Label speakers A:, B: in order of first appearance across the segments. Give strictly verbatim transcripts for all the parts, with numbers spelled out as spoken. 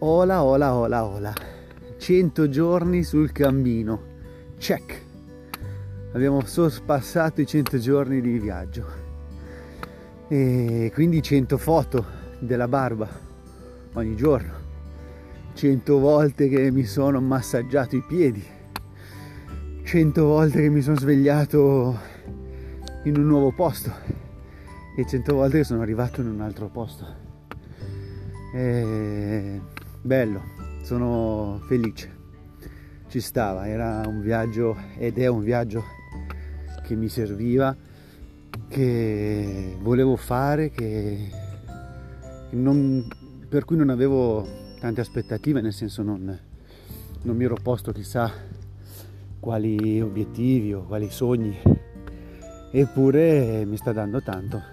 A: Ola, ola, ola, ola. cento giorni sul cammino. Check. Abbiamo sorpassato i cento giorni di viaggio. E quindi cento foto della barba ogni giorno. cento volte che mi sono massaggiato i piedi. cento volte che mi sono svegliato in un nuovo posto. E cento volte che sono arrivato in un altro posto. E... bello, sono felice, ci stava, era un viaggio ed è un viaggio che mi serviva, che volevo fare, che non, per cui non avevo tante aspettative, nel senso non, non mi ero posto chissà quali obiettivi o quali sogni, eppure mi sta dando tanto,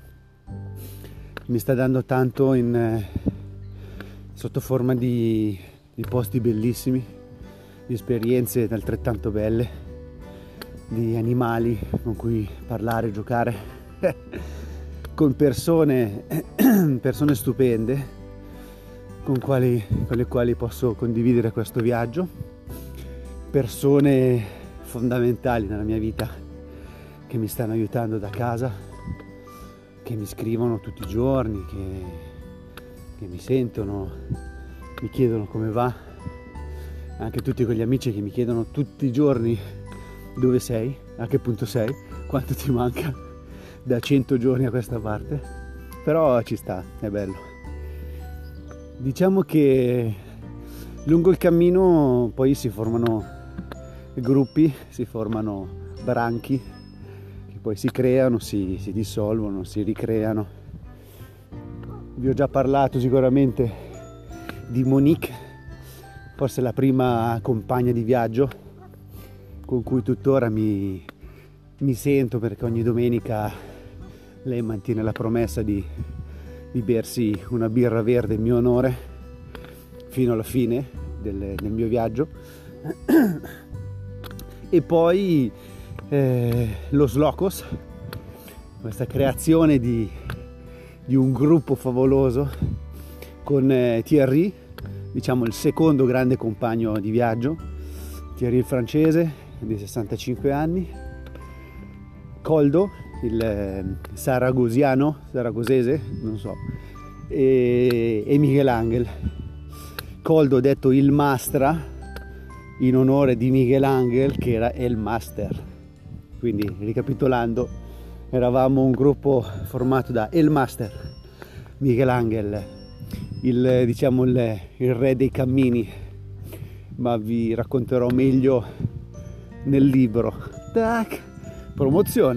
A: mi sta dando tanto in... sotto forma di, di posti bellissimi, di esperienze altrettanto belle, di animali con cui parlare, giocare, con persone, persone stupende con, quali, con le quali posso condividere questo viaggio, persone fondamentali nella mia vita che mi stanno aiutando da casa, che mi scrivono tutti i giorni, che che mi sentono, mi chiedono come va, anche tutti quegli amici che mi chiedono tutti i giorni dove sei, a che punto sei, quanto ti manca da cento giorni a questa parte, però ci sta, è bello. Diciamo che lungo il cammino poi si formano gruppi, si formano branchi che poi si creano, si, si dissolvono, si ricreano. Vi ho già parlato sicuramente di Monique, forse la prima compagna di viaggio con cui tuttora mi, mi sento, perché ogni domenica lei mantiene la promessa di, di bersi una birra verde in mio onore fino alla fine del, del mio viaggio. E poi eh, Los Locos, questa creazione di di un gruppo favoloso con eh, Thierry, diciamo il secondo grande compagno di viaggio, Thierry il francese di sessantacinque anni, Coldo il eh, saragosiano, saragosese, non so, e, e Miguel Angel. Coldo detto il Mastra in onore di Miguel Angel, che era il Master. Quindi, ricapitolando, eravamo un gruppo formato da El Master, Miguel Angel, il, diciamo il, il re dei cammini, ma vi racconterò meglio nel libro. Tac, promozione.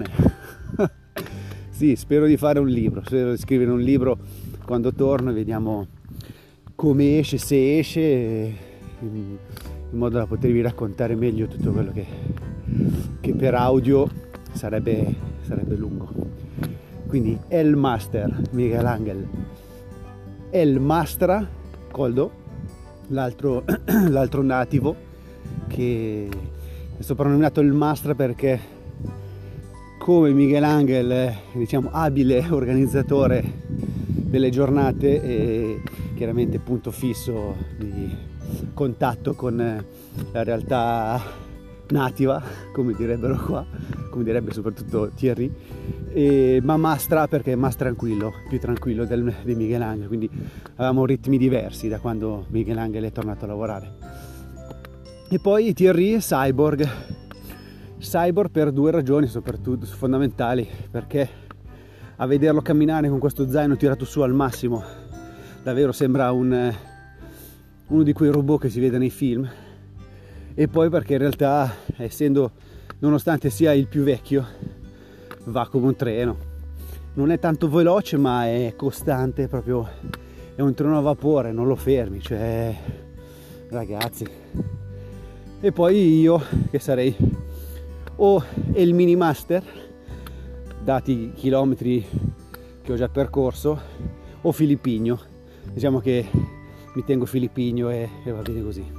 A: Sì, spero di fare un libro, spero di scrivere un libro quando torno e vediamo come esce, se esce, in, in modo da potervi raccontare meglio tutto quello che, che per audio sarebbe sarebbe lungo. Quindi El Master Miguel Angel, El Mastra Coldo, l'altro l'altro nativo, che è soprannominato il Mastra perché, come Miguel Angel, è, diciamo, abile organizzatore delle giornate e chiaramente punto fisso di contatto con la realtà nativa, come direbbero qua, come direbbe soprattutto Thierry, e, ma Mastra perché è más tranquillo, più tranquillo del, di Miguel Angel, quindi avevamo ritmi diversi da quando Miguel Angel è tornato a lavorare. E poi Thierry è cyborg, cyborg per due ragioni soprattutto fondamentali, perché a vederlo camminare con questo zaino tirato su al massimo davvero sembra un, uno di quei robot che si vede nei film. E poi perché in realtà, essendo, nonostante sia il più vecchio, va come un treno. Non è tanto veloce, ma è costante, proprio è un treno a vapore, non lo fermi, cioè, ragazzi. E poi io, che sarei o il mini master, dati i chilometri che ho già percorso, o Filippino. Diciamo che mi tengo Filippino e, e va bene così.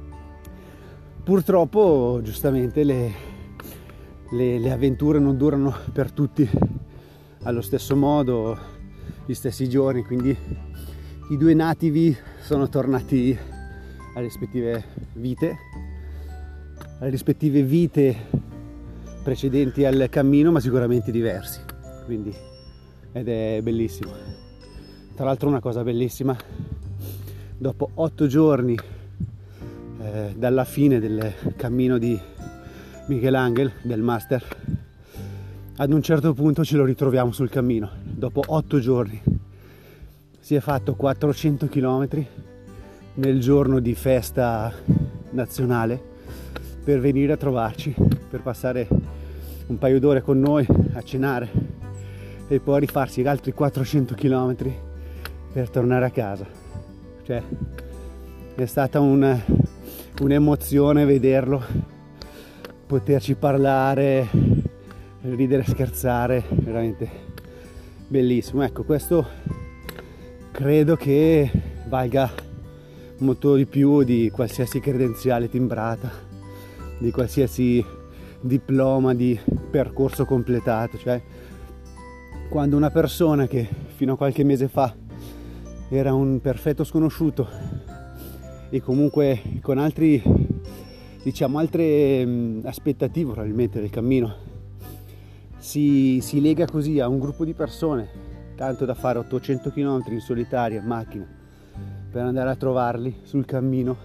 A: Purtroppo, giustamente, le, le, le avventure non durano per tutti allo stesso modo, gli stessi giorni, quindi i due nativi sono tornati alle rispettive vite, alle rispettive vite precedenti al cammino, ma sicuramente diversi, quindi ed è bellissimo. Tra l'altro una cosa bellissima, dopo otto giorni eh, dalla fine del cammino di Michelangelo, del Master, ad un certo punto ce lo ritroviamo sul cammino. Dopo otto giorni si è fatto quattrocento chilometri nel giorno di festa nazionale per venire a trovarci, per passare un paio d'ore con noi a cenare e poi rifarsi altri quattrocento chilometri per tornare a casa. Cioè è stata un, un'emozione vederlo, poterci parlare, ridere, scherzare, veramente bellissimo. Ecco, questo credo che valga molto di più di qualsiasi credenziale timbrata, di qualsiasi diploma di percorso completato. Cioè, quando una persona che fino a qualche mese fa era un perfetto sconosciuto e comunque con altri, diciamo, altre mh, aspettative probabilmente del cammino, si, si lega così a un gruppo di persone, tanto da fare ottocento chilometri in solitaria in macchina per andare a trovarli sul cammino,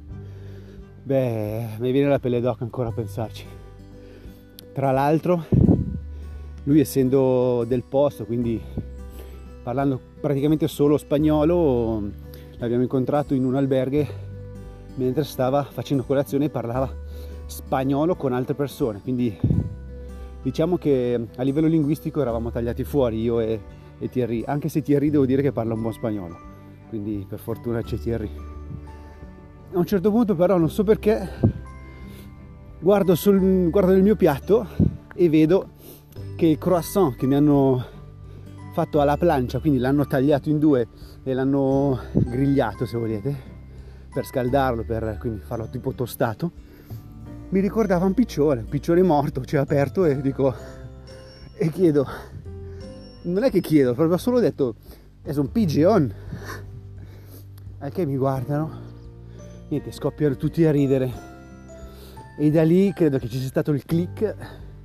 A: beh, mi viene la pelle d'oca ancora a pensarci. Tra l'altro lui, essendo del posto, quindi parlando praticamente solo spagnolo, l'abbiamo incontrato in un alberghe mentre stava facendo colazione e parlava spagnolo con altre persone, quindi diciamo che a livello linguistico eravamo tagliati fuori io e, e Thierry, anche se Thierry devo dire che parla un buon spagnolo, quindi per fortuna c'è Thierry. A un certo punto però non so perché guardo, sul, guardo nel mio piatto e vedo che il croissant che mi hanno fatto alla plancia, quindi l'hanno tagliato in due e l'hanno grigliato, se volete, per scaldarlo, per quindi farlo tipo tostato, mi ricordava un piccione, un piccione morto, cioè aperto, e dico, e chiedo, non è che chiedo, proprio solo ho detto, è un pigeon, e che mi guardano, niente, scoppiano tutti a ridere, e da lì credo che ci sia stato il click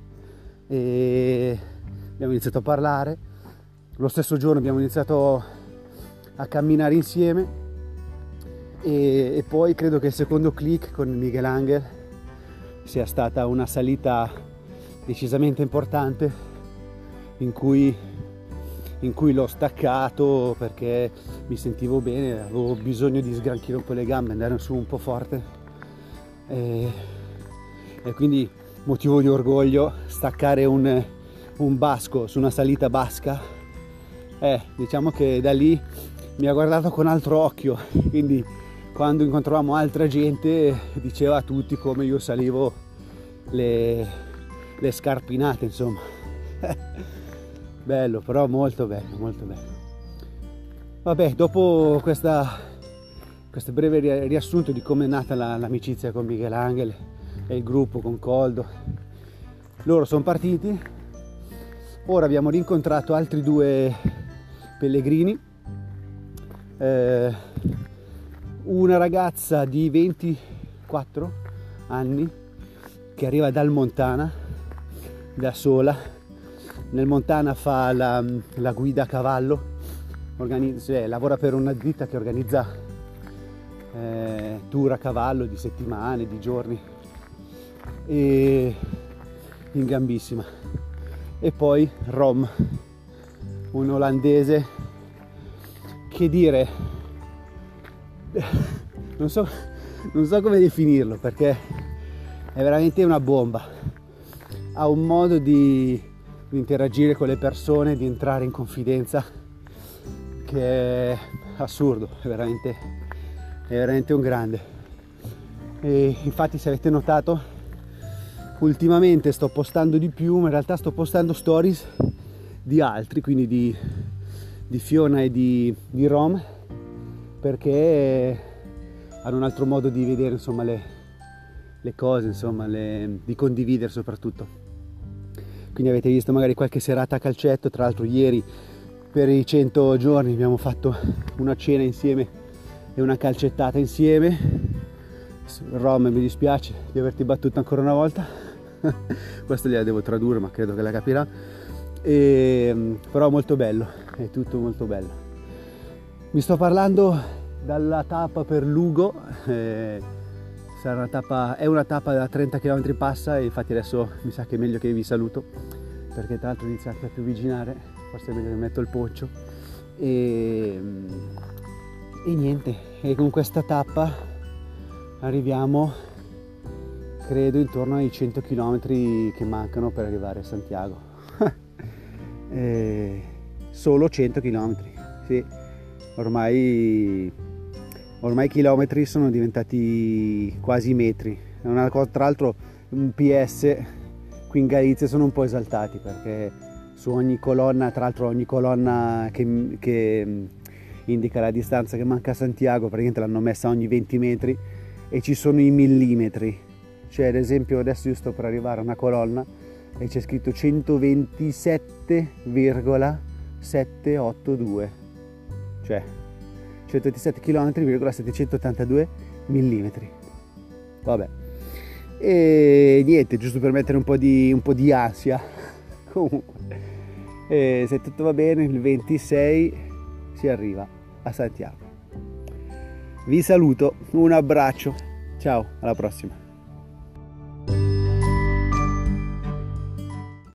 A: e abbiamo iniziato a parlare. Lo stesso giorno abbiamo iniziato a camminare insieme e, e poi credo che il secondo click con Michelangelo sia stata una salita decisamente importante in cui, in cui l'ho staccato perché mi sentivo bene, avevo bisogno di sgranchire un po' le gambe, andare su un po' forte e, e quindi motivo di orgoglio staccare un, un basco su una salita basca. Eh, diciamo che da lì mi ha guardato con altro occhio, quindi quando incontravamo altra gente diceva a tutti come io salivo le, le scarpinate, insomma. Bello, però molto bello, molto bello. Vabbè, dopo questa, questo breve riassunto di come è nata la, l'amicizia con Michelangelo e il gruppo con Coldo, loro sono partiti. Ora abbiamo rincontrato altri due pellegrini, eh, una ragazza di ventiquattro anni che arriva dal Montana da sola. Nel Montana fa la, la guida a cavallo, organizza, eh, lavora per una ditta che organizza eh, tour a cavallo di settimane, di giorni, e in gambissima. E poi Rom, un olandese, che dire, non so, non so come definirlo, perché è veramente una bomba. Ha un modo di, di interagire con le persone, di entrare in confidenza che è assurdo, è veramente, è veramente un grande. E infatti, se avete notato, ultimamente sto postando di più, ma in realtà sto postando stories di altri, quindi di, di Fiona e di, di Rom, perché hanno un altro modo di vedere, insomma, le, le cose, insomma, le, di condividere soprattutto. Quindi avete visto magari qualche serata a calcetto. Tra l'altro ieri per i cento giorni abbiamo fatto una cena insieme e una calcettata insieme. Rom, mi dispiace di averti battuto ancora una volta. Questo gliela devo tradurre, ma credo che la capirà. E, però molto bello, è tutto molto bello. Mi sto parlando dalla tappa per Lugo. Eh, sarà una tappa, è una tappa da trenta chilometri passa, e infatti adesso mi sa che è meglio che vi saluto, perché tra l'altro inizia anche a piovigginare, forse è meglio che metto il poncho. E, e niente, e con questa tappa arriviamo, credo, intorno ai cento chilometri che mancano per arrivare a Santiago. eh, solo cento chilometri, sì, ormai ormai i chilometri sono diventati quasi metri. È una cosa, tra l'altro, un P S qui in Galizia sono un po' esaltati, perché su ogni colonna, tra l'altro ogni colonna che, che indica la distanza che manca a Santiago, praticamente l'hanno messa ogni venti metri, e ci sono i millimetri. Cioè, ad esempio, adesso io sto per arrivare a una colonna e c'è scritto centoventisette virgola settecentottantadue, cioè centoventisette chilometri virgola settecentottantadue millimetri. Vabbè, e niente, giusto per mettere un po' di, un po' di ansia. Comunque, e se tutto va bene, il ventisei si arriva a Santiago. Vi saluto, un abbraccio, ciao, alla prossima.